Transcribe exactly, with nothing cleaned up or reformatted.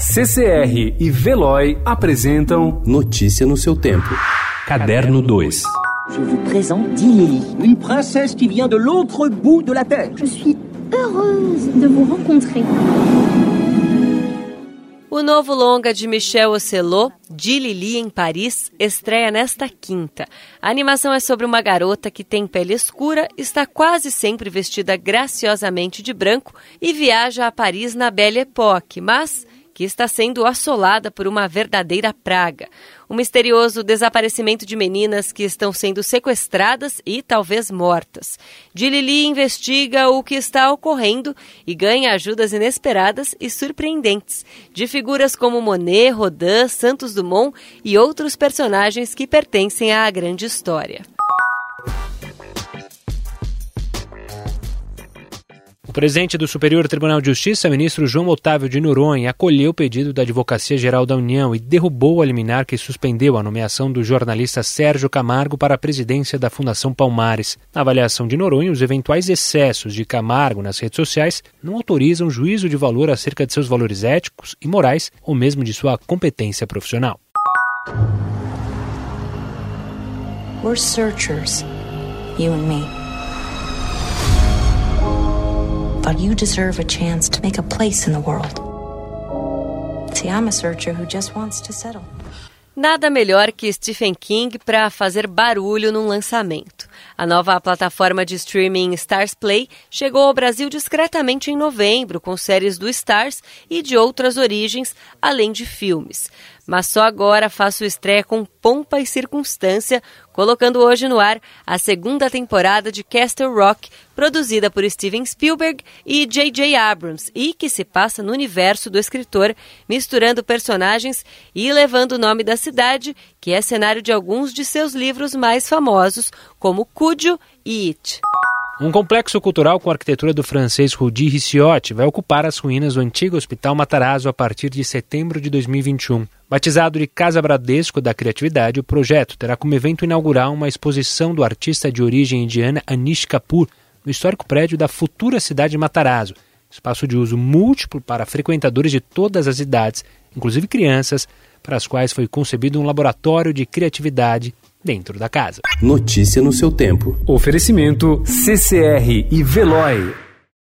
C C R e Veloy apresentam Notícia no seu tempo. Caderno dois. Je vous présente Dilili, une princesse qui vient de l'autre bout de la terre. Je suis heureuse de vous rencontrer. O novo longa de Michel Ocelot, Dilili em Paris, estreia nesta quinta. A animação é sobre uma garota que tem pele escura, está quase sempre vestida graciosamente de branco e viaja a Paris na Belle Époque, mas que está sendo assolada por uma verdadeira praga. O misterioso desaparecimento de meninas que estão sendo sequestradas e talvez mortas. Dilili investiga o que está ocorrendo e ganha ajudas inesperadas e surpreendentes de figuras como Monet, Rodin, Santos Dumont e outros personagens que pertencem à grande história. O presidente do Superior Tribunal de Justiça, ministro João Otávio de Noronha, acolheu o pedido da Advocacia Geral da União e derrubou a liminar que suspendeu a nomeação do jornalista Sérgio Camargo para a presidência da Fundação Palmares. Na avaliação de Noronha, os eventuais excessos de Camargo nas redes sociais não autorizam juízo de valor acerca de seus valores éticos e morais ou mesmo de sua competência profissional. We're searchers, you and me. But you deserve a chance to make a place in the world. See, I'm a searcher who just wants to settle. Nada melhor que Stephen King para fazer barulho num lançamento. A nova plataforma de streaming Stars Play chegou ao Brasil discretamente em novembro, com séries do Stars e de outras origens, além de filmes. Mas só agora faz sua estreia com pompa e circunstância, colocando hoje no ar a segunda temporada de Castle Rock, produzida por Steven Spielberg e J J Abrams, e que se passa no universo do escritor, misturando personagens e levando o nome da cidade, que é cenário de alguns de seus livros mais famosos, como Cujo e It. Um complexo cultural com a arquitetura do francês Rudi Ricciott vai ocupar as ruínas do antigo Hospital Matarazzo a partir de setembro de dois mil e vinte e um. Batizado de Casa Bradesco da Criatividade, o projeto terá como evento inaugural uma exposição do artista de origem indiana Anish Kapoor no histórico prédio da futura cidade de Matarazzo, espaço de uso múltiplo para frequentadores de todas as idades, inclusive crianças, para as quais foi concebido um laboratório de criatividade dentro da casa. Notícia no seu tempo. Oferecimento C C R e Veloy.